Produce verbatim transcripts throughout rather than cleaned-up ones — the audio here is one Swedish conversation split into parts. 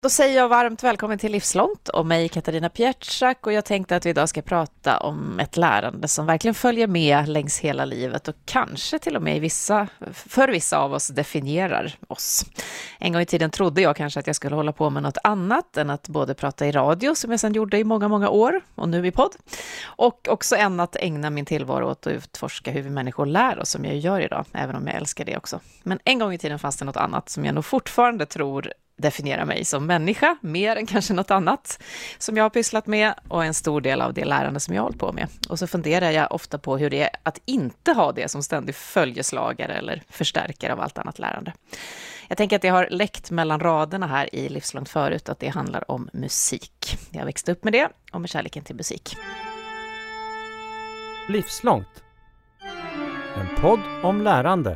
Då säger jag varmt välkommen till Livslångt och mig Katarina Pietschak, och jag tänkte att vi idag ska prata om ett lärande som verkligen följer med längs hela livet och kanske till och med i vissa, för vissa av oss definierar oss. En gång i tiden trodde jag kanske att jag skulle hålla på med något annat än att både prata i radio, som jag sedan gjorde i många, många år, och nu i podd, och också än att ägna min tillvaro åt att utforska hur vi människor lär oss, som jag gör idag, även om jag älskar det också. Men en gång i tiden fanns det något annat som jag nog fortfarande tror definierar mig som människa, mer än kanske något annat som jag har pysslat med, och en stor del av det lärande som jag har hållit på med. Och så funderar jag ofta på hur det är att inte ha det som ständig följeslagare eller förstärkare av allt annat lärande. Jag tänker att det har läckt mellan raderna här i Livslångt förut att det handlar om musik. Jag växte upp med det och med kärleken till musik. Livslångt. En podd om lärande.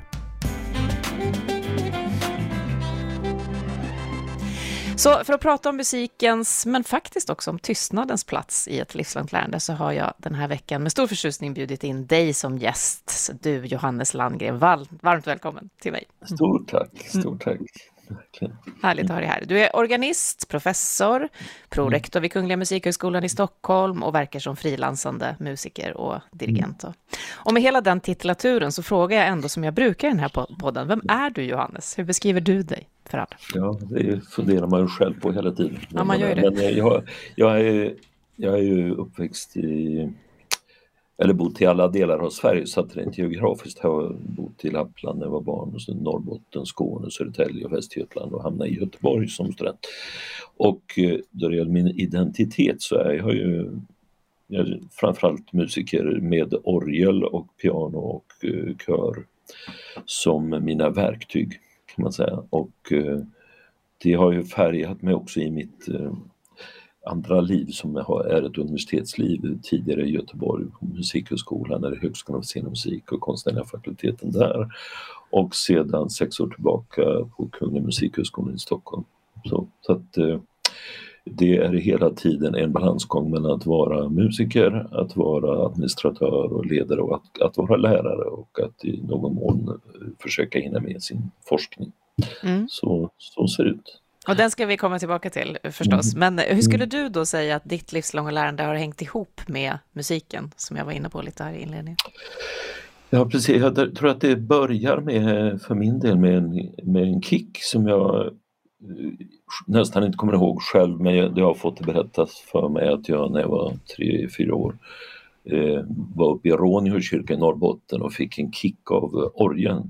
Så för att prata om musikens, men faktiskt också om tystnadens plats i ett livslångt lärande, så har jag den här veckan med stor förtjusning bjudit in dig som gäst. Du, Johannes Landgren, varmt välkommen till mig. Stort tack, stort tack. Verkligen. Härligt att ha dig här. Du är organist, professor, prorektor vid Kungliga Musikhögskolan i Stockholm och verkar som frilansande musiker och dirigent. Mm. Och med hela den titulaturen så frågar jag ändå, som jag brukar i den här podden, vem är du, Johannes? Hur beskriver du dig för alla? Ja, det funderar man ju själv på hela tiden. Ja, man gör det. Men jag, jag, är, jag är ju uppväxt i, eller bott i alla delar av Sverige, så att rent geografiskt har jag bott i Lappland när jag var barn, och så Norrbotten, Skåne, Södertälje och Västergötland, och hamnade i Göteborg som student. Och då det gäller min identitet så är jag ju jag är framförallt musiker med orgel och piano och kör som mina verktyg, kan man säga. Och det har ju färgat mig också i mitt andra liv, som är ett universitetsliv, tidigare i Göteborg på Musikhögskolan, eller Högskolan för scen och musik och konstnärliga fakulteten där, och sedan sex år tillbaka på Kungliga Musikhögskolan i Stockholm. Så, så att eh, det är hela tiden en balansgång mellan att vara musiker, att vara administratör och ledare, och att, att vara lärare, och att i någon mån försöka hinna med sin forskning. Mm. Så, så ser det ut. Och den ska vi komma tillbaka till förstås. Men hur skulle du då säga att ditt livslånga lärande har hängt ihop med musiken, som jag var inne på lite här i inledningen? Ja, precis. Jag tror att det börjar med, för min del, med en, med en kick som jag nästan inte kommer ihåg själv, men jag, det har fått det berättas för mig att jag när jag var tre, fyra år eh, var uppe i Råneå kyrka i Norrbotten och fick en kick av orgeln.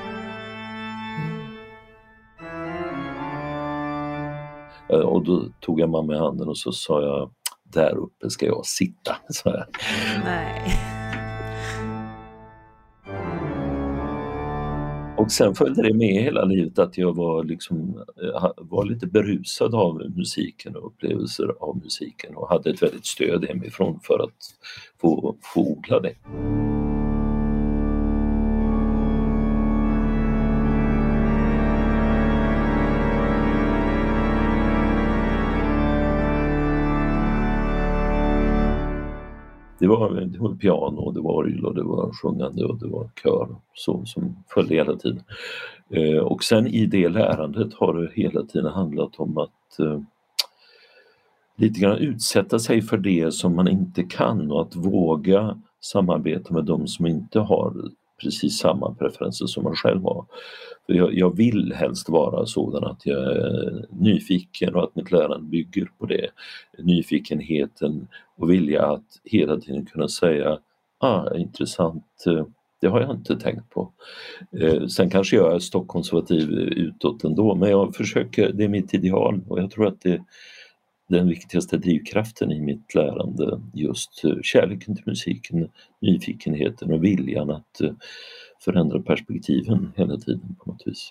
Och då tog jag mamma i handen och så sa jag, där uppe ska jag sitta, sa jag. Nej. Och sen följde det med hela livet att jag var, liksom, var lite berusad av musiken och upplevelser av musiken, och hade ett väldigt stöd hemifrån för att få, få odla det. Det var, det var piano, det var orgel och det var sjungande och det var kör, så som följde hela tiden. Eh, och sen i det lärandet har det hela tiden handlat om att eh, lite grann utsätta sig för det som man inte kan, och att våga samarbeta med de som inte har precis samma preferenser som man själv har. För jag, jag vill helst vara sådan att jag är nyfiken, och att mitt lärande bygger på det. Nyfikenheten och vilja att hela tiden kunna säga, ah, intressant, det har jag inte tänkt på. Eh, sen kanske jag är stockkonservativ utåt ändå, men jag försöker, det är mitt ideal, och jag tror att det den viktigaste drivkraften i mitt lärande, just kärleken till musiken, nyfikenheten och viljan att förändra perspektiven hela tiden på något vis.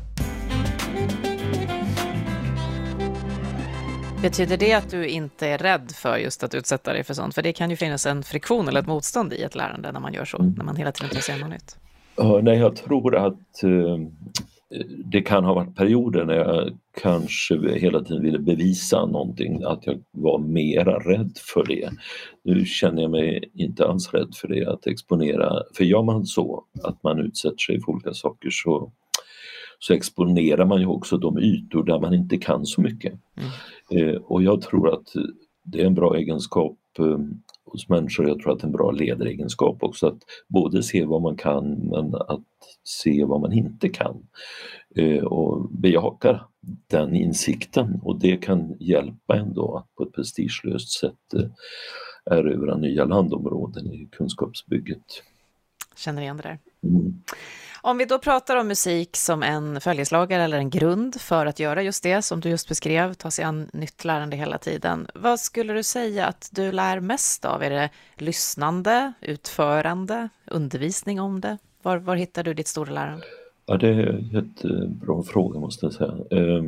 Betyder det att du inte är rädd för just att utsätta dig för sånt? För det kan ju finnas en friktion eller ett motstånd i ett lärande när man gör så, mm. när man hela tiden tar sig något nytt. Ja, nej, jag tror att eh, det kan ha varit perioder när jag kanske hela tiden ville bevisa någonting, att jag var mera rädd för det. Nu känner jag mig inte alls rädd för det, att exponera. För gör man så, att man utsätter sig för olika saker, så, så exponerar man ju också de ytor där man inte kan så mycket. Mm. Eh, och jag tror att det är en bra egenskap eh, hos människor. Jag tror att det är en bra ledaregenskap också, att både se vad man kan men att se vad man inte kan. Eh, och bejaka den insikten, och det kan hjälpa ändå att på ett prestigelöst sätt eh, erövra nya landområden i kunskapsbygget. Känner igen det där. Mm. Om vi då pratar om musik som en följeslagare eller en grund för att göra just det som du just beskrev, ta sig an nytt lärande hela tiden. Vad skulle du säga att du lär mest av? Är det lyssnande, utförande, undervisning om det? Var, var hittar du ditt stora lärande? Ja, det är en jättebra fråga måste jag säga. Eh,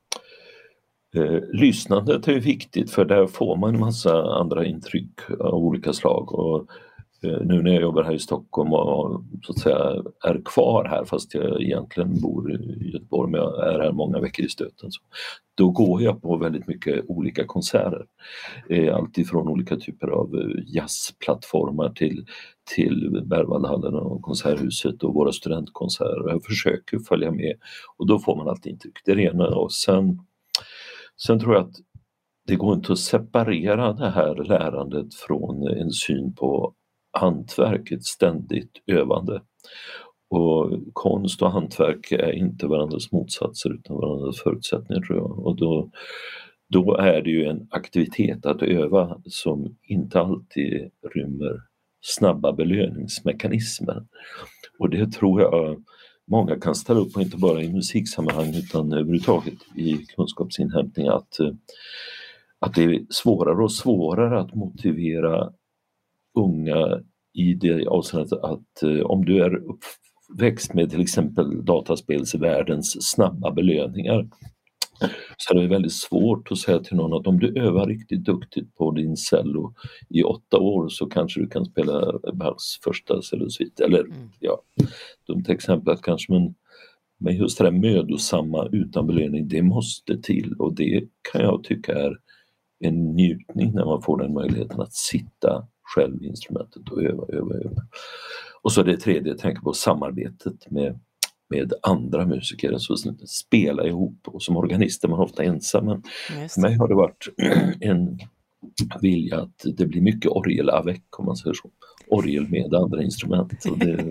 eh, lyssnandet är viktigt, för där får man en massa andra intryck av olika slag. Och nu när jag jobbar här i Stockholm och så att säga är kvar här, fast jag egentligen bor i Göteborg, men jag är här många veckor i stöten, så då går jag på väldigt mycket olika konserter. Allt ifrån olika typer av jazzplattformar till, till Berwaldhallen och Konserthuset och våra studentkonserter. Jag försöker följa med, och då får man alltid intryck. Det är det ena. Och sen, sen tror jag att det går inte att separera det här lärandet från en syn på hantverk, ett ständigt övande. Och konst och hantverk är inte varandras motsatser utan varandras förutsättningar, tror jag. Och då, då är det ju en aktivitet att öva som inte alltid rymmer snabba belöningsmekanismer. Och det tror jag många kan ställa upp på, inte bara i musiksammanhang utan överhuvudtaget i kunskapsinhämtning, att, att det är svårare och svårare att motivera unga i det avseendet att eh, om du är uppväxt med till exempel dataspelsvärldens snabba belöningar, så är det väldigt svårt att säga till någon att om du övar riktigt duktigt på din cello i åtta år så kanske du kan spela Bachs första cellosvit. Eller mm. ja, dumt exempel kanske, men, men just det där mödosamma utan belöning, det måste till, och det kan jag tycka är en njutning när man får den möjligheten att sitta själv i instrumentet och öva, öva, öva. Och så det tredje, jag tänker på samarbetet med, med andra musiker, alltså spela ihop, och som organist är man ofta ensam, men för mig har det varit en vilja att det blir mycket orgel avec, om man säger så. Orgel med andra instrument. Så det,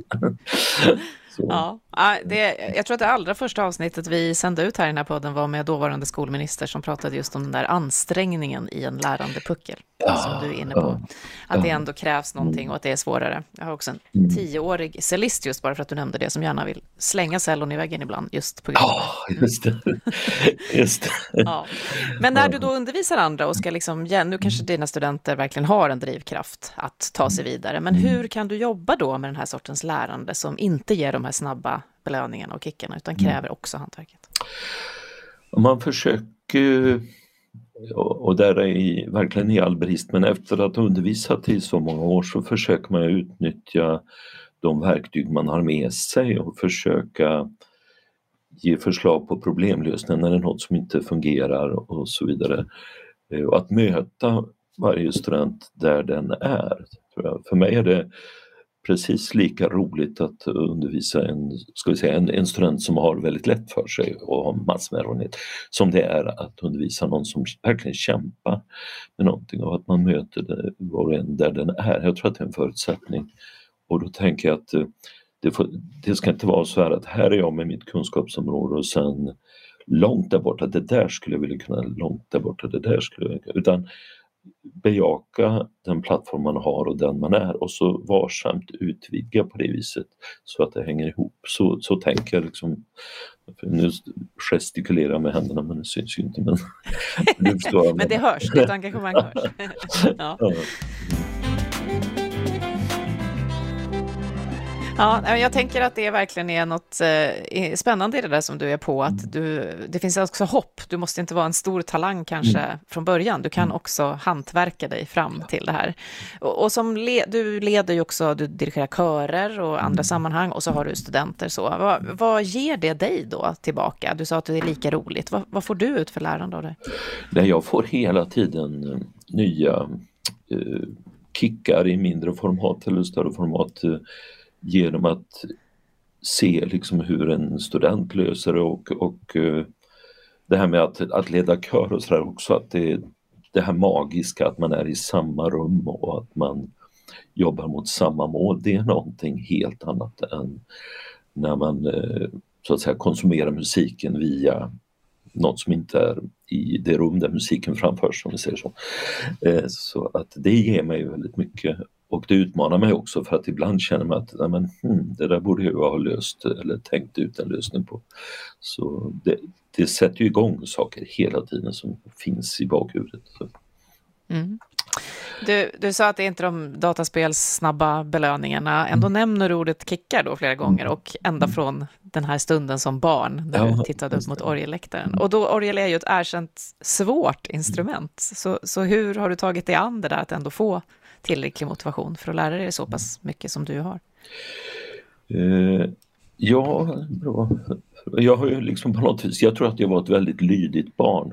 så. Ja, det, jag tror att det allra första avsnittet vi sände ut här i den här podden var med dåvarande skolminister som pratade just om den där ansträngningen i en lärande puckel, ja, som du är inne på. Ja, att det ja. ändå krävs någonting och att det är svårare. Jag har också en Mm. tioårig cellist, just bara för att du nämnde det, som gärna vill slänga cellon i väggen ibland just på grund av Ja, just det. Just det. Ja. Men när du då undervisar andra och ska liksom, ja, nu kanske dina studenter verkligen har en drivkraft att ta sig vidare, men hur kan du jobba då med den här sortens lärande som inte ger de här snabba belöningarna och kickarna utan kräver också hantverket? Man försöker, och där är i, verkligen i all brist, men efter att ha undervisat i så många år så försöker man utnyttja de verktyg man har med sig och försöka ge förslag på problemlösningar när det är något som inte fungerar och så vidare. Och att möta varje student där den är. Tror jag. För mig är det precis lika roligt att undervisa en, ska vi säga, en, en student som har väldigt lätt för sig och har massor med erfarenhet, som det är att undervisa någon som verkligen kämpar med någonting, och att man möter det, var och en där den är. Jag tror att det är en förutsättning. Och då tänker jag att det, får, det ska inte vara så här att här är jag med mitt kunskapsområde och sen långt där borta, det där skulle jag vilja kunna, långt där borta, det där skulle jag kunna, utan bejaka den plattform man har och den man är, och så varsamt utvidga på det viset så att det hänger ihop. Så, så tänker jag liksom, nu gestikulerar jag med händerna men det syns ju inte. Men, du förstår, men det hörs, ditt engagemang hörs. Ja. Ja. Ja, jag tänker att det verkligen är något eh, spännande i det där som du är på, att du, det finns också hopp. Du måste inte vara en stor talang kanske mm. från början. Du kan också hantverka dig fram till det här. Och, och som le, du leder ju också, du dirigerar körer och andra mm. sammanhang, och så har du studenter. Så. Vad, vad ger det dig då tillbaka? Du sa att det är lika roligt. Vad, vad får du ut för lärande av det? Nej, jag får hela tiden nya eh, kickar i mindre format eller större format, eh, genom att se liksom hur en student löser det och, och det här med att, att leda kör och sådär också, att det, det här magiska att man är i samma rum och att man jobbar mot samma mål, det är någonting helt annat än när man så att säga konsumerar musiken via något som inte är i det rum där musiken framförs, om vi säger så. Så att det ger mig väldigt mycket. Och det utmanar mig också, för att ibland känner man att nej men, hmm, det där borde jag ha löst eller tänkt ut en lösning på. Så det, det sätter ju igång saker hela tiden som finns i bakhuvudet. Mm. Du, du sa att det är inte de dataspels snabba belöningarna. Ändå mm. nämner du ordet kickar då flera gånger, och ända från den här stunden som barn när ja, du tittade upp mot orgelläktaren. Och då, orgel är ju ett erkänt svårt instrument. Så, så hur har du tagit dig an det där att ändå få tillräcklig motivation för att lära dig så pass mycket som du har? Uh, ja, bra. Jag har ju liksom på något vis, jag tror att jag var ett väldigt lydigt barn.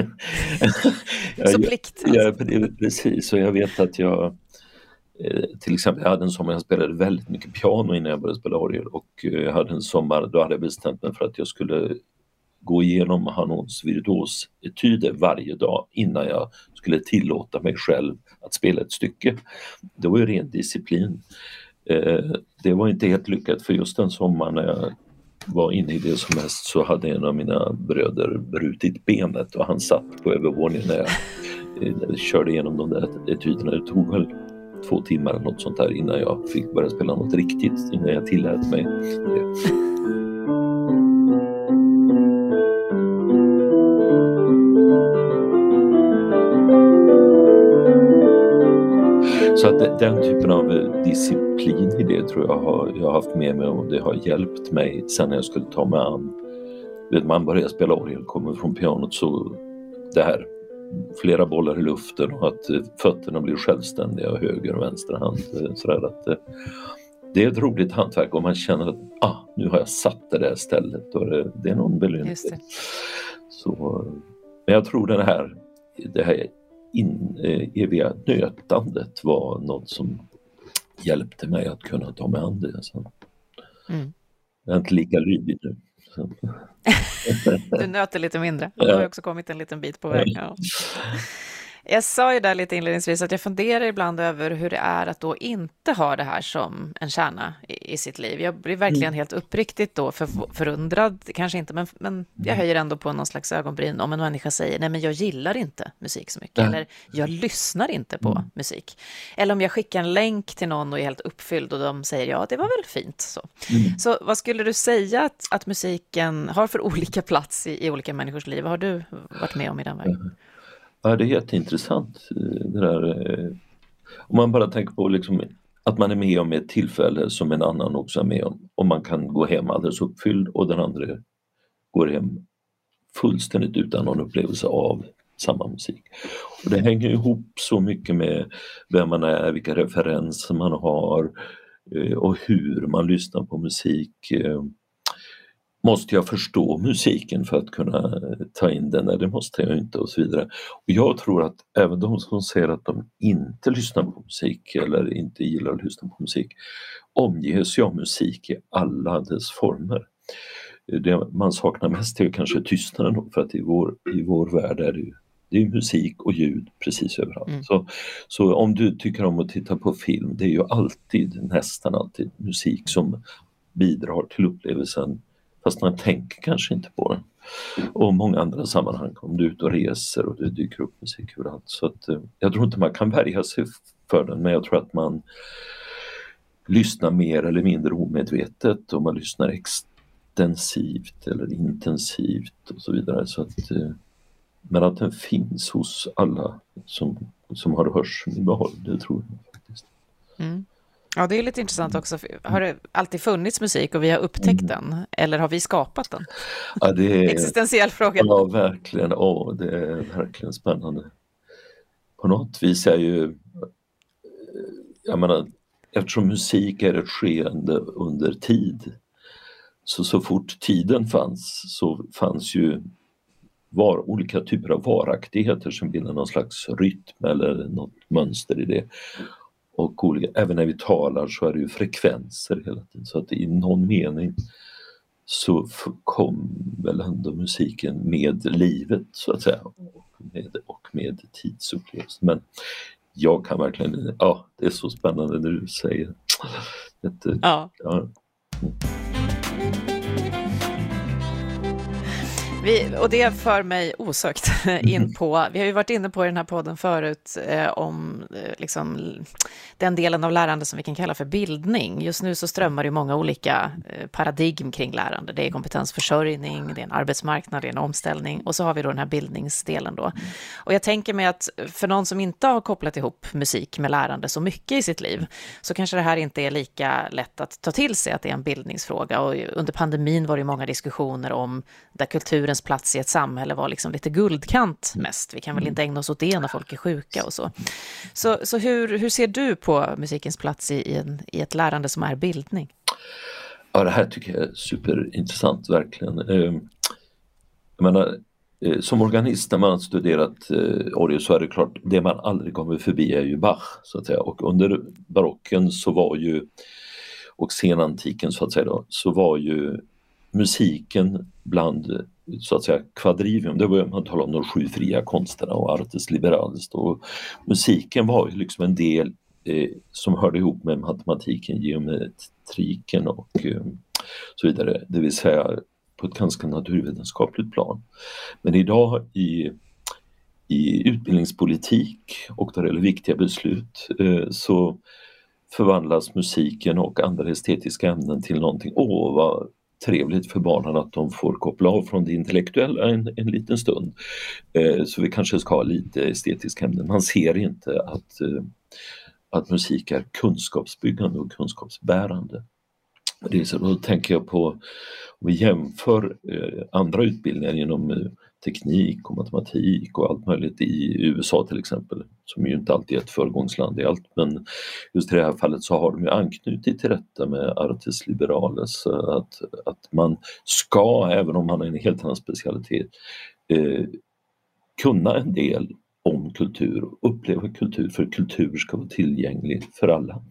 Så plikt. Alltså. Ja, precis. Och jag vet att jag till exempel, jag hade en sommar, jag spelade väldigt mycket piano innan jag började spela orgel, och jag hade en sommar, då hade jag bestämt mig för att jag skulle gå igenom Hanons virtuosetyder varje dag innan jag skulle tillåta mig själv att spela ett stycke. Det var ju ren disciplin. Det var inte helt lyckat, för just den sommaren när jag var inne i det som mest så hade en av mina bröder brutit benet, och han satt på övervåningen när jag, när jag körde igenom de där etyderna. Det tog väl två timmar eller något sånt där innan jag fick börja spela något riktigt, innan jag tillät mig det. Så att den typen av disciplin i det tror jag har, jag har haft med mig, och det har hjälpt mig sen när jag skulle ta mig an. Vet, man börjar spela orgel, kommer från pianot, så det här flera bollar i luften och att fötterna blir självständiga, höger och vänster hand. Så där, att det är ett roligt hantverk, och man känner att ah, nu har jag satt det där stället, och det, det är någon belöning. Så, men jag tror den här, det här in, eh, eviga nötandet var något som hjälpte mig att kunna ta mig an det. Så. Mm. Jag är inte lika lydig nu. Du nöter lite mindre. Du har också kommit en liten bit på väg. Ja. Jag sa ju där lite inledningsvis att jag funderar ibland över hur det är att då inte ha det här som en kärna i, i sitt liv. Jag blir verkligen mm. helt uppriktigt då för, förundrad, kanske inte, men, men jag höjer ändå på någon slags ögonbryn om en människa säger nej men jag gillar inte musik så mycket, mm. eller jag lyssnar inte på mm. musik. Eller om jag skickar en länk till någon och är helt uppfylld och de säger ja, det var väl fint. Så, mm. så vad skulle du säga att, att musiken har för olika plats i, i olika människors liv? Har du varit med om i den vägen? Mm. Ja, det är jätteintressant det där. Om man bara tänker på liksom att man är med om ett tillfälle som en annan också är med om. Och man kan gå hem alldeles uppfylld och den andra går hem fullständigt utan någon upplevelse av samma musik. Och det hänger ihop så mycket med vem man är, vilka referenser man har och hur man lyssnar på musik. Måste jag förstå musiken för att kunna ta in den? Nej, det måste jag inte, och så vidare. Och jag tror att även de som säger att de inte lyssnar på musik eller inte gillar att lyssna på musik omges ju av musik i alla dess former. Det man saknar mest är kanske tystnaden, för att i vår, i vår värld är det ju det är musik och ljud precis överallt. Mm. Så, så om du tycker om att titta på film, det är ju alltid, nästan alltid musik som bidrar till upplevelsen. Fast man tänker kanske inte på den. Och många andra sammanhang, om du är ute och reser och det dyker upp musik överallt. Så att, jag tror inte man kan värja sig för den, men jag tror att man lyssnar mer eller mindre omedvetet, och man lyssnar extensivt eller intensivt och så vidare. Så att, men att den finns hos alla som, som har hörselbehåll, det tror jag faktiskt. Mm. Ja, det är lite intressant också. Har det alltid funnits musik och vi har upptäckt den? Eller har vi skapat den? Ja, det är existentiell fråga. Ja, verkligen. Åh, det är verkligen spännande. På något vis är ju... Jag menar, eftersom musik är ett skeende under tid, så så fort tiden fanns så fanns ju var, olika typer av varaktigheter som bildar någon slags rytm eller något mönster i det. och olika, även när vi talar så är det ju frekvenser hela tiden, så att i någon mening så kom väl ändå musiken med livet så att säga, och med, och med tidsupplevelsen. Men jag kan verkligen, ja, det är så spännande när du säger det. Ja. Ja. Mm. Vi, och det för mig osökt in på, vi har ju varit inne på i den här podden förut eh, om eh, liksom, den delen av lärande som vi kan kalla för bildning. Just nu så strömmar det många olika eh, paradigm kring lärande. Det är kompetensförsörjning, det är en arbetsmarknad, det är en omställning och så har vi då den här bildningsdelen då. Och jag tänker mig att för någon som inte har kopplat ihop musik med lärande så mycket i sitt liv så kanske det här inte är lika lätt att ta till sig att det är en bildningsfråga. Och under pandemin var det många diskussioner om där kulturen plats i ett samhälle var liksom lite guldkant mest. Vi kan väl inte ägna oss åt det när folk är sjuka och så. Så, så hur, hur ser du på musikens plats i, i, en, i ett lärande som är bildning? Ja, det här tycker jag är superintressant verkligen. Jag menar, som organist när man har studerat orgel så är det klart, det man aldrig kommer förbi är ju Bach så att säga. Och under barocken så var ju, och senantiken så att säga då, så var ju musiken bland så att säga quadrivium, det var man talar om de sju fria konsterna och artes liberalis och musiken var ju liksom en del eh, som hörde ihop med matematiken, geometriken och eh, så vidare, det vill säga på ett ganska naturvetenskapligt plan. Men idag i, i utbildningspolitik och där det gäller viktiga beslut eh, så förvandlas musiken och andra estetiska ämnen till någonting, åh vad trevligt för barnen att de får koppla av från det intellektuella en, en liten stund. Eh, så vi kanske ska ha lite estetiska ämnen. Man ser inte att, eh, att musik är kunskapsbyggande och kunskapsbärande. Det är så, då tänker jag på, om vi jämför eh, andra utbildningar inom eh, teknik och matematik och allt möjligt i U S A till exempel, som ju inte alltid är ett föregångsland i allt, men just i det här fallet så har de ju anknutit till detta med artes liberales, att, att man ska, även om man har en helt annan specialitet, eh, kunna en del om kultur, uppleva kultur, för kultur ska vara tillgänglig för alla.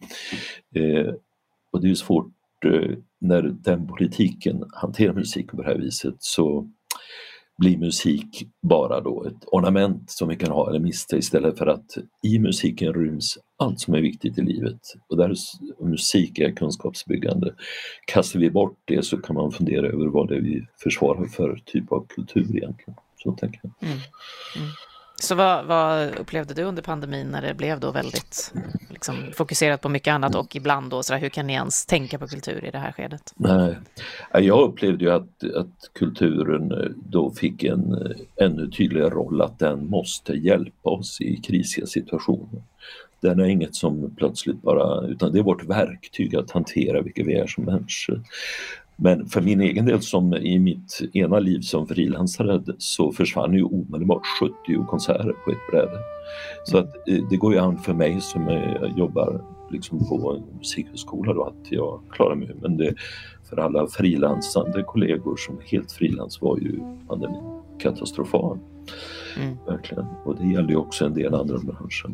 Eh, och det är ju svårt eh, när den politiken hanterar musiken på det här viset, så blir musik bara då ett ornament som vi kan ha eller mista, istället för att i musiken ryms allt som är viktigt i livet. Och där musik är kunskapsbyggande. Kastar vi bort det så kan man fundera över vad det är vi försvarar för typ av kultur egentligen. Så tänker jag. Mm. Mm. Så vad, vad upplevde du under pandemin när det blev då väldigt liksom, fokuserat på mycket annat och ibland då så där, hur kan ni ens tänka på kultur i det här skedet? Nej, jag upplevde ju att, att kulturen då fick en ännu tydligare roll, att den måste hjälpa oss i krisiga situationer. Den är inget som plötsligt bara, utan det är vårt verktyg att hantera vilka vi är som människor. Men för min egen del, som i mitt ena liv som frilansare, så försvann ju omedelbart sjuttio konserter på ett bräde. Så att det går ju an för mig som jobbar liksom på en musikhögskola då, att jag klarar mig. Men det, för alla frilansande kollegor som är helt frilans var ju pandemin katastrofal. Mm. Verkligen. Och det gäller ju också en del andra branscher.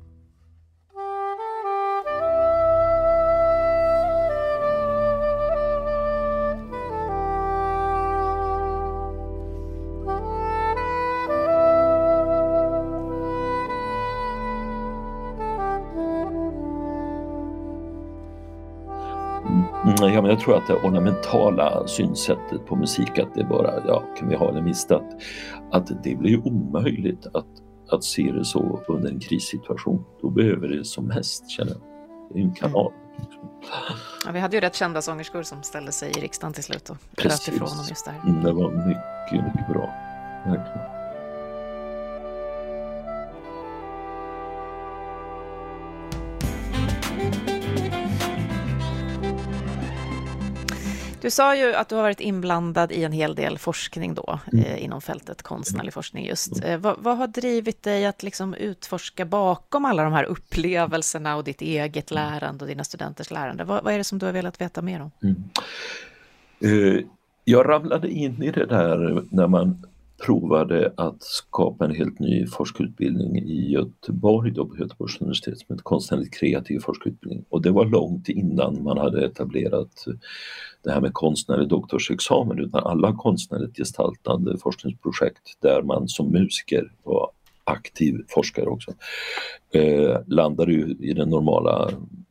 Ja, men jag tror att det ornamentala synsättet på musik, att det bara, ja, kan vi ha det mista, att, att det blir ju omöjligt att, att se det så under en krissituation. Då behöver det som mest, känner jag. Det är en kanal. Ja, vi hade ju rätt kända sångerskor som ställde sig i riksdagen till slut och bröt ifrån dem just där. Mm, det var mycket, mycket bra. Verkligen. Du sa ju att du har varit inblandad i en hel del forskning då, mm. eh, inom fältet konstnärlig forskning just. Eh, vad, vad har drivit dig att liksom utforska bakom alla de här upplevelserna och ditt eget lärande och dina studenters lärande? Vad, vad är det som du har velat veta mer om? Mm. Uh, jag ramlade in i det där när man provade att skapa en helt ny forskarutbildning i Göteborg, då på Göteborgs universitet, som ett konstnärligt kreativ forskarutbildning. Och det var långt innan man hade etablerat det här med konstnärlig doktorsexamen, utan alla konstnärligt gestaltande forskningsprojekt där man som musiker var aktiv forskare också, eh, landade ju i den normala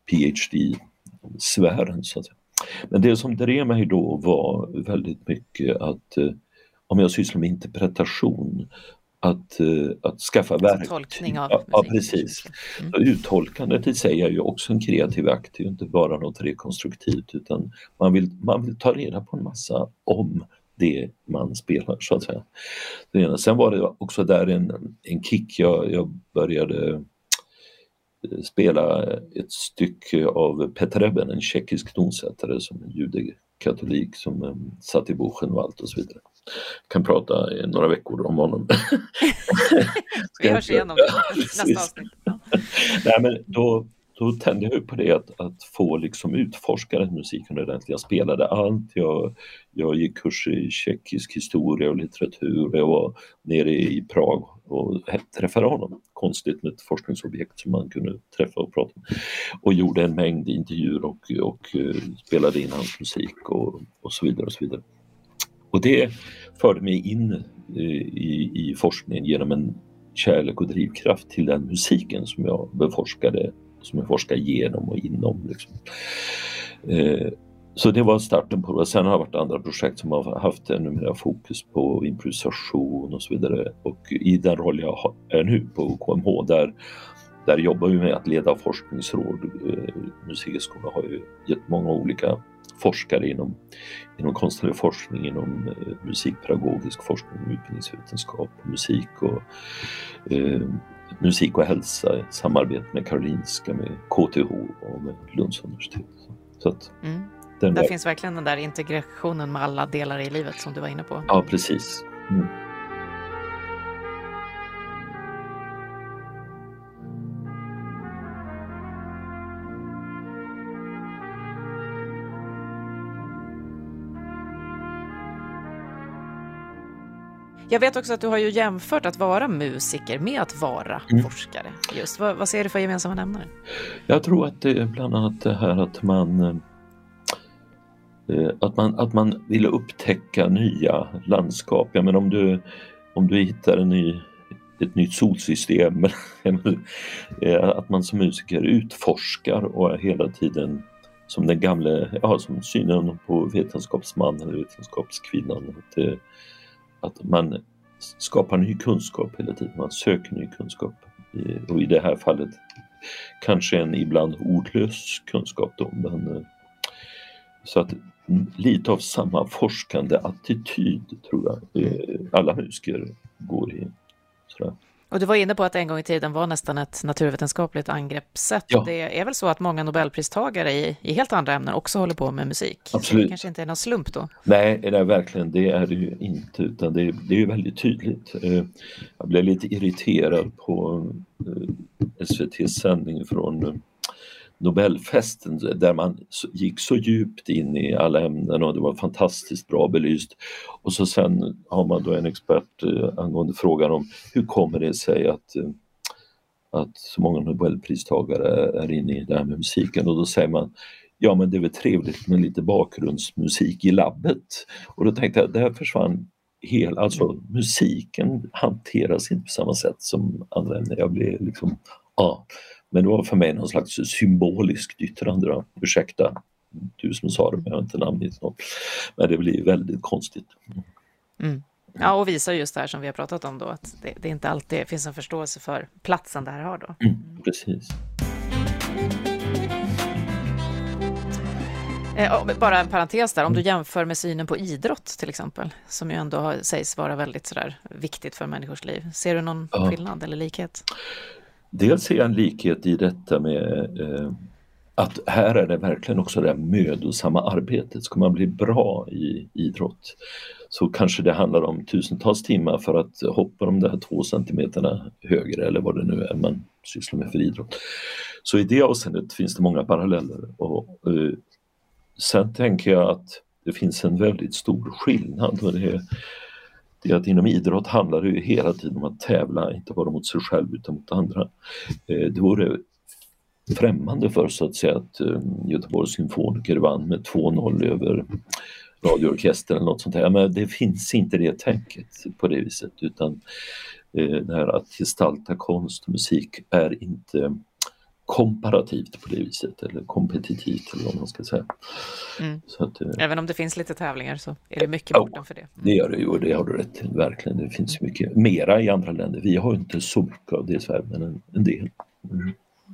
PhD-sfären så att säga. Men det som drev mig då var väldigt mycket att eh, om jag sysslar med interpretation, att, uh, att skaffa verktyg. Tolkning av ja, musik. ja, precis. Mm. Uttolkandet i sig är ju också en kreativ akt, det är ju inte bara något rekonstruktivt, utan man vill, man vill ta reda på en massa om det man spelar, så att säga. Sen var det också där en, en kick, jag, jag började spela ett stycke av Petr Eben, en tjeckisk tonsättare som en judekatolik som um, satt i Buchen och allt och så vidare. Jag kan prata i några veckor om honom. Vi hörs igenom det nästa avsnitt. Nej, men då, då tände jag på det att, att få liksom utforska den musiken ordentligt. Jag spelade allt, jag, jag gick kurs i tjeckisk historia och litteratur, jag var nere i Prag och träffade honom, konstigt med ett forskningsobjekt som man kunde träffa och prata om, och gjorde en mängd intervjuer och, och uh, spelade in hans musik och, och så vidare och så vidare. Och det förde mig in uh, i, i forskningen genom en kärlek och drivkraft till den musiken som jag beforskade, som jag forskade igenom och inom liksom. Uh, Så det var starten på det. Sen har det varit andra projekt som har haft ännu mer fokus på improvisation och så vidare. Och i den roll jag är nu på K M H, där, där jobbar vi med att leda forskningsråd. Musikhögskolan har ju gett många olika forskare inom, inom konstnärlig forskning, inom musikpedagogisk forskning, utbildningsvetenskap, musik och eh, musik och hälsa i samarbete med Karolinska, med K T H och med Lunds universitet. Så att, mm. Där var... finns verkligen den där integrationen med alla delar i livet som du var inne på. Ja, precis. Mm. Jag vet också att du har ju jämfört att vara musiker med att vara mm. forskare. Just. Vad, vad ser du för gemensamma nämnare? Jag tror att det är bland annat det här att man Att man, att man vill upptäcka nya landskap. Ja, men om du, om du hittar en ny, ett nytt solsystem, att man som musiker utforskar och är hela tiden som den gamla, ja, som synen på vetenskapsmannen eller vetenskapskvinnan. Att, det, att man skapar ny kunskap hela tiden, man söker ny kunskap. Och i det här fallet kanske en ibland ordlös kunskap då, men så att lite av samma forskande attityd tror jag alla musiker går i. Sådär. Och du var inne på att en gång i tiden var nästan ett naturvetenskapligt angreppssätt. Ja. Det är väl så att många Nobelpristagare i, i helt andra ämnen också håller på med musik. Absolut. Det kanske inte är någon slump då? Nej, det är verkligen, det är det ju inte, utan det är, det är ju väldigt tydligt. Jag blev lite irriterad på S V T:s sändning från Nobelfesten där man gick så djupt in i alla ämnen och det var fantastiskt bra belyst. Och så sen har man då en expert angående frågan om hur kommer det sig att, att så många Nobelpristagare är inne i det här med musiken, och då säger man ja, men det är väl trevligt med lite bakgrundsmusik i labbet. Och då tänkte jag, det här försvann helt, alltså musiken hanteras inte på samma sätt som andra ämnen. Jag blev liksom, ja. Men det var för mig någon slags symboliskt yttrande då. Ursäkta, du som sa det, men jag har inte namngett något. Men det blir väldigt konstigt. Mm. Ja, och visar just det här som vi har pratat om då, att det, det inte alltid finns en förståelse för platsen det här har då. Mm, precis. Eh, bara en parentes där, om du jämför med synen på idrott till exempel, som ju ändå har, sägs vara väldigt sådär viktigt för människors liv. Ser du någon ja. skillnad eller likhet? Dels ser jag en likhet i detta med eh, att här är det verkligen också det mödosamma arbetet. Ska man bli bra i idrott så kanske det handlar om tusentals timmar för att hoppa de där två centimeterna högre eller vad det nu är man sysslar med för idrott. Så i det avseendet finns det många paralleller. Och, eh, sen tänker jag att det finns en väldigt stor skillnad, och det är det är att inom idrott handlar det ju hela tiden om att tävla, inte bara mot sig själv utan mot andra. Det vore främmande för så att säga att Göteborgs symfoniker vann med två noll över radioorkestern eller något sånt här. Men det finns inte det tänket på det viset, utan det här att gestalta konst och musik är inte komparativt på det viset eller kompetitivt eller vad man ska säga. Mm. Så att, även om det finns lite tävlingar så är det mycket bortanför det. Mm. Det gör det ju, och det har du rätt till, verkligen. Det finns mycket mera i andra länder. Vi har inte så mycket av det i Sverige, men en, en del. Mm.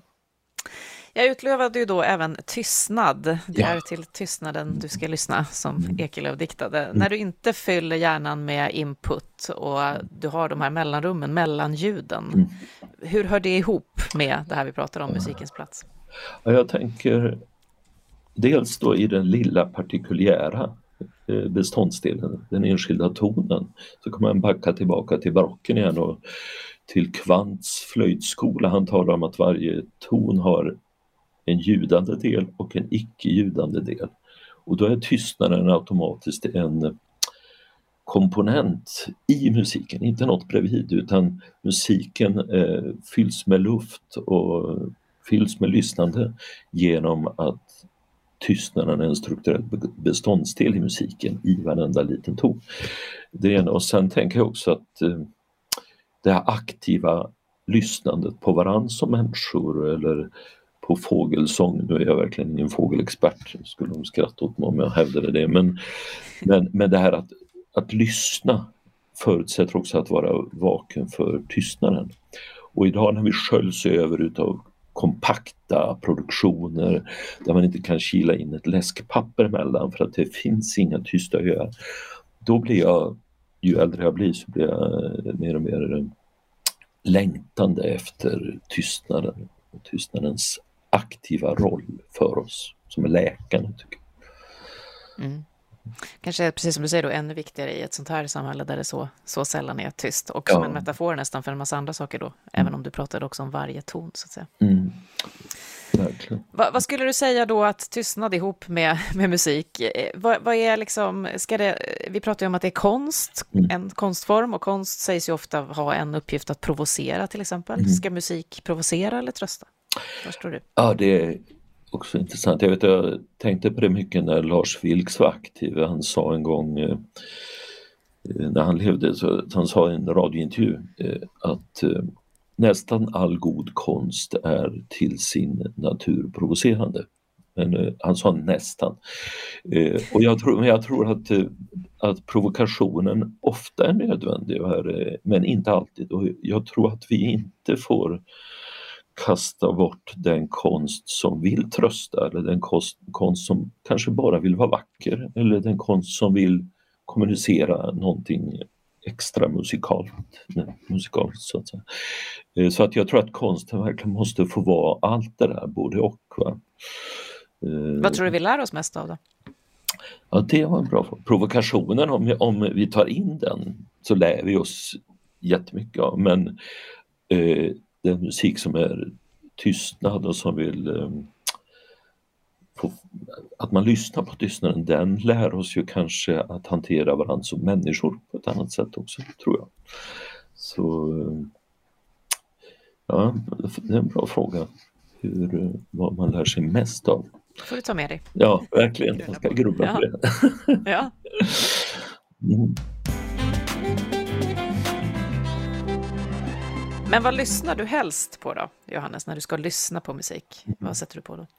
Jag utlovade ju då även tystnad. Det Ja. är till tystnaden du ska lyssna, som Mm. Ekelöf diktade. Mm. När du inte fyller hjärnan med input och du har de här mellanrummen, mellanljuden. Mm. Hur hör det ihop med det här vi pratar om, musikens plats? Ja, jag tänker dels då i den lilla partikulära beståndsdelen, den enskilda tonen. Så kan man backa tillbaka till barocken igen och till Kvants flöjtskola. Han talar om att varje ton har en ljudande del och en icke-ljudande del. Och då är tystnaden automatiskt en komponent i musiken, inte något bredvid, utan musiken eh, fylls med luft och fylls med lyssnande genom att tystnaden är en strukturell beståndsdel i musiken i varenda liten ton. Det är, och sen tänker jag också att eh, det här aktiva lyssnandet på varandra som människor eller på fågelsång, nu är jag verkligen ingen fågelexpert, skulle de skratta åt mig om jag hävdade det, men, men, men det här att, att lyssna förutsätter också att vara vaken för tystnaden. Och idag när vi sköljs över utav kompakta produktioner där man inte kan kila in ett läskpapper emellan för att det finns inga tysta öar, då blir jag, ju äldre jag blir så blir jag mer och mer längtande efter tystnaden och tystnadens aktiva roll för oss som är läkande, tycker jag. Mm. Kanske precis som du säger då, ännu viktigare i ett sånt här samhälle där det så, så sällan är tyst och som Ja. en metafor nästan för en massa andra saker då, mm. även om du pratade också om varje ton så att säga. Mm. Verkligen. Va, vad skulle du säga då att tystnad ihop med, med musik, vad, vad är liksom, ska det, vi pratar ju om att det är konst, mm. en konstform, och konst sägs ju ofta ha en uppgift att provocera till exempel. Mm. Ska musik provocera eller trösta? Vad tror du? Ja, det är också intressant. Jag vet, jag tänkte på det mycket när Lars Vilks var aktiv. Han sa en gång eh, när han levde, så han sa i en radiointervju eh, att eh, nästan all god konst är till sin natur provocerande. Men eh, han sa nästan. Eh, och jag tror, men jag tror att, eh, att provokationen ofta är nödvändig här, eh, men inte alltid. Och jag tror att vi inte får kasta bort den konst som vill trösta, eller den konst, konst som kanske bara vill vara vacker, eller den konst som vill kommunicera någonting extra musikalt, musikalt så att säga. Så att jag tror att konsten verkligen måste få vara allt det där, både och. Va? Vad tror du vi lär oss mest av då? Ja, det var en bra fråga. Provokationen, om, om vi tar in den så lär vi oss jättemycket av, men eh, den musik som är tystnad och som vill eh, få, att man lyssnar på tystnaden, den lär oss ju kanske att hantera varandra som människor på ett annat sätt också, tror jag. Så ja, det är en bra fråga. Hur, vad man lär sig mest av. Får du ta med dig. Ja, verkligen. Jag ska grubbla ja. på det. Ja. Mm. Men vad lyssnar du helst på då, Johannes, när du ska lyssna på musik? Vad sätter du på då?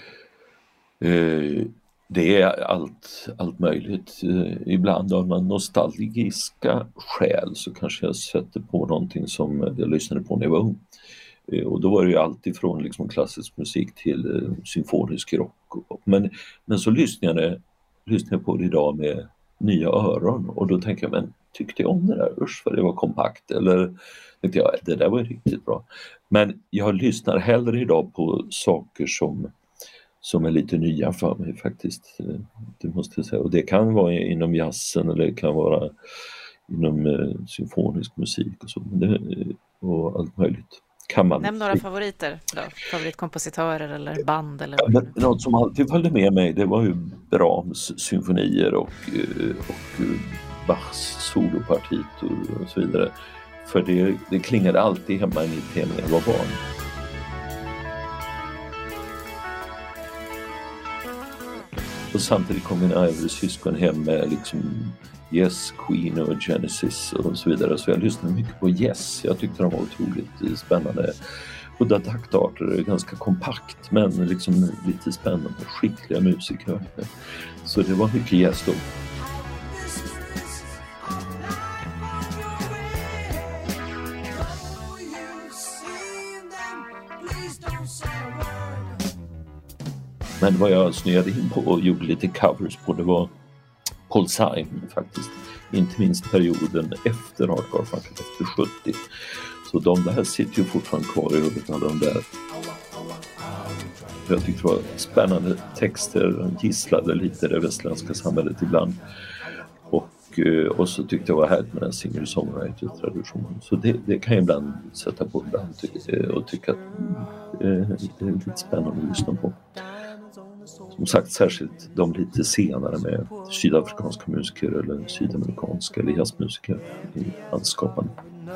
Eh, det är allt, allt möjligt. Eh, ibland av några nostalgiska skäl så kanske jag sätter på någonting som jag lyssnade på när jag var ung. Eh, och då var det ju allt ifrån liksom klassisk musik till eh, symfonisk rock. Men, men så lyssnar jag, lyssnar jag på det idag med nya öron, och då tänker jag, men tyckte jag om det där? Usch vad det var kompakt, eller tänkte jag, det där var ju riktigt bra. Men jag lyssnar hellre idag på saker som, som är lite nya för mig faktiskt, det måste jag säga. Och det kan vara inom jazzen eller det kan vara inom eh, symfonisk musik och så, det, och allt möjligt. Kan man... Nämn några favoriter då, favoritkompositörer eller band eller ja, men något som alltid följde med mig, det var ju Brahms symfonier och, och Bachs solopartitur och så vidare. För det, det klingade alltid hemma i mitt hem när jag var barn. Och samtidigt kom mina äldre syskon hem med liksom Yes, Queen och Genesis och så vidare. Så jag lyssnade mycket på Yes. Jag tyckte de var otroligt spännande. Udda taktarter, ganska kompakt men liksom lite spännande. Skickliga musiker. Så det var mycket Yes då. Men vad jag snöade in på och gjorde lite covers på, det var Paul Simon faktiskt. Inte minst perioden efter Art Garfunkel, efter sjuttio. Så de där sitter ju fortfarande kvar i huvudet, alla de där. Jag tyckte det var spännande texter, gisslade lite det västländska samhället ibland. Och, och så tyckte jag var härligt med den singer-songwriter-traditionen. Så det, det kan jag ibland sätta på ibland och tycka att mm, det är lite spännande att lyssna på. Som sagt, särskilt de lite senare med sydafrikanska musiker eller sydamerikanska eller jazzmusiker i hans skapande.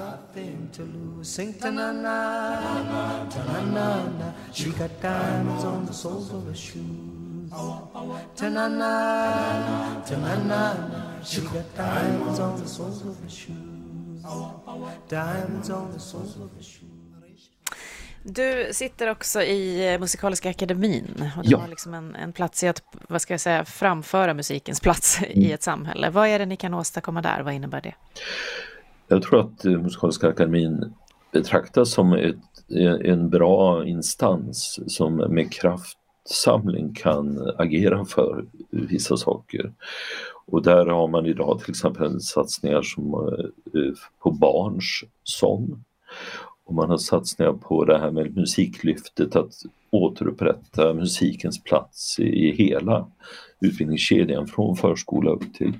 Du sitter också i Musikaliska akademin och du ja. har liksom en, en plats i att, vad ska jag säga, framföra musikens plats mm. i ett samhälle. Vad är det ni kan åstadkomma där? Vad innebär det? Jag tror att Musikaliska akademin betraktas som ett, en bra instans som med kraftsamling kan agera för vissa saker. Och där har man idag till exempel satsningar som på barns sång. Och man har satsningar på det här med musiklyftet, att återupprätta musikens plats i hela utbildningskedjan från förskola upp till,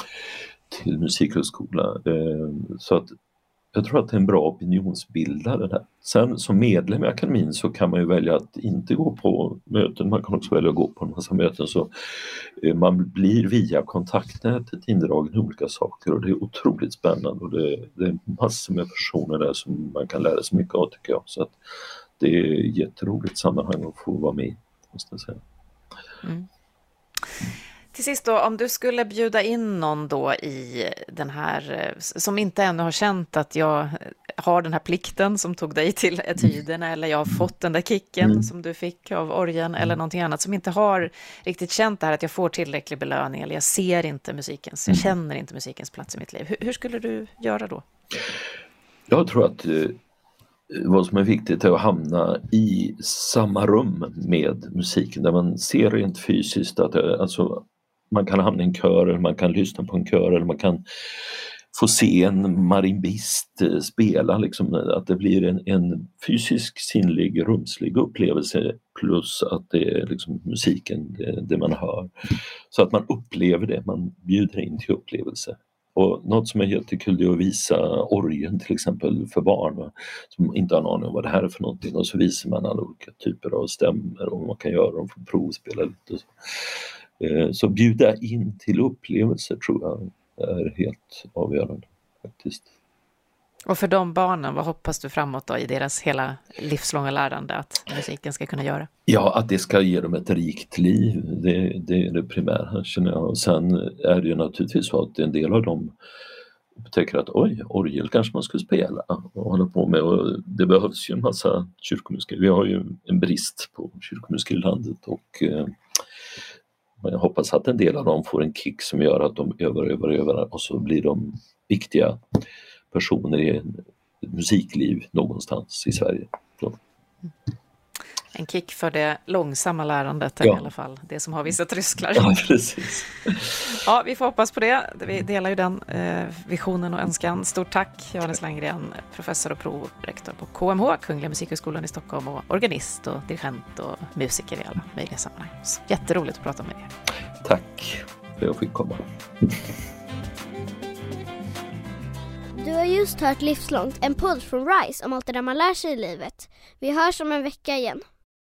till musikhögskola. Så att jag tror att det är en bra opinionsbildare där. Sen som medlem i akademin så kan man ju välja att inte gå på möten, man kan också välja att gå på en massa möten, så man blir via kontaktnätet indragen i olika saker och det är otroligt spännande och det, det är massor med personer där som man kan lära sig mycket av, tycker jag. Så att det är ett jätteroligt sammanhang att få vara med, måste jag säga. Mm. Till sist då, om du skulle bjuda in någon då i den här, som inte ännu har känt att jag har den här plikten som tog dig till etyderna, eller jag har fått den där kicken mm. som du fick av orgen, eller någonting annat, som inte har riktigt känt det här att jag får tillräcklig belöning, eller jag ser inte musikens, jag känner inte musikens plats i mitt liv. Hur, hur skulle du göra då? Jag tror att eh, vad som är viktigt är att hamna i samma rum med musiken, där man ser rent fysiskt att det, alltså man kan hamna i en kör eller man kan lyssna på en kör eller man kan få se en marimbist spela, liksom, att det blir en, en fysisk, sinnlig, rumslig upplevelse plus att det är liksom musiken, det, det man hör. Så att man upplever det, man bjuder in till upplevelse. Och något som är jättekul är att visa orgeln till exempel för barn som inte har en aning om vad det här är för någonting, och så visar man alla olika typer av stämmer och vad man kan göra, de får provspela lite och så. Så bjuda in till upplevelser tror jag är helt avgörande faktiskt. Och för de barnen, vad hoppas du framåt då i deras hela livslånga lärande att musiken ska kunna göra? Ja, att det ska ge dem ett rikt liv, det, det är det primära, känner jag. Och sen är det ju naturligtvis så att en del av dem upptäcker att oj, orgel kanske man skulle spela och hålla på med, och det behövs ju en massa kyrkomusiker. Vi har ju en brist på kyrkomusiker i landet och jag hoppas att en del av dem får en kick som gör att de övar, övar, övar och så blir de viktiga personer i ett musikliv någonstans i Sverige. Så. En kick för det långsamma lärandet, ja. I alla fall. Det som har vissa trösklar. Ja, precis. Ja, vi får hoppas på det. Vi delar ju den eh, visionen och önskan. Stort tack, Johannes Landgren, professor och prorektor på K M H, Kungliga Musikhögskolan i Stockholm, och organist och dirigent och musiker i alla möjliga sammanhang. Så jätteroligt att prata med er. Tack för att jag fick komma. Du har just hört Livslångt, en podd från RISE om allt det där man lär sig i livet. Vi hörs om en vecka igen.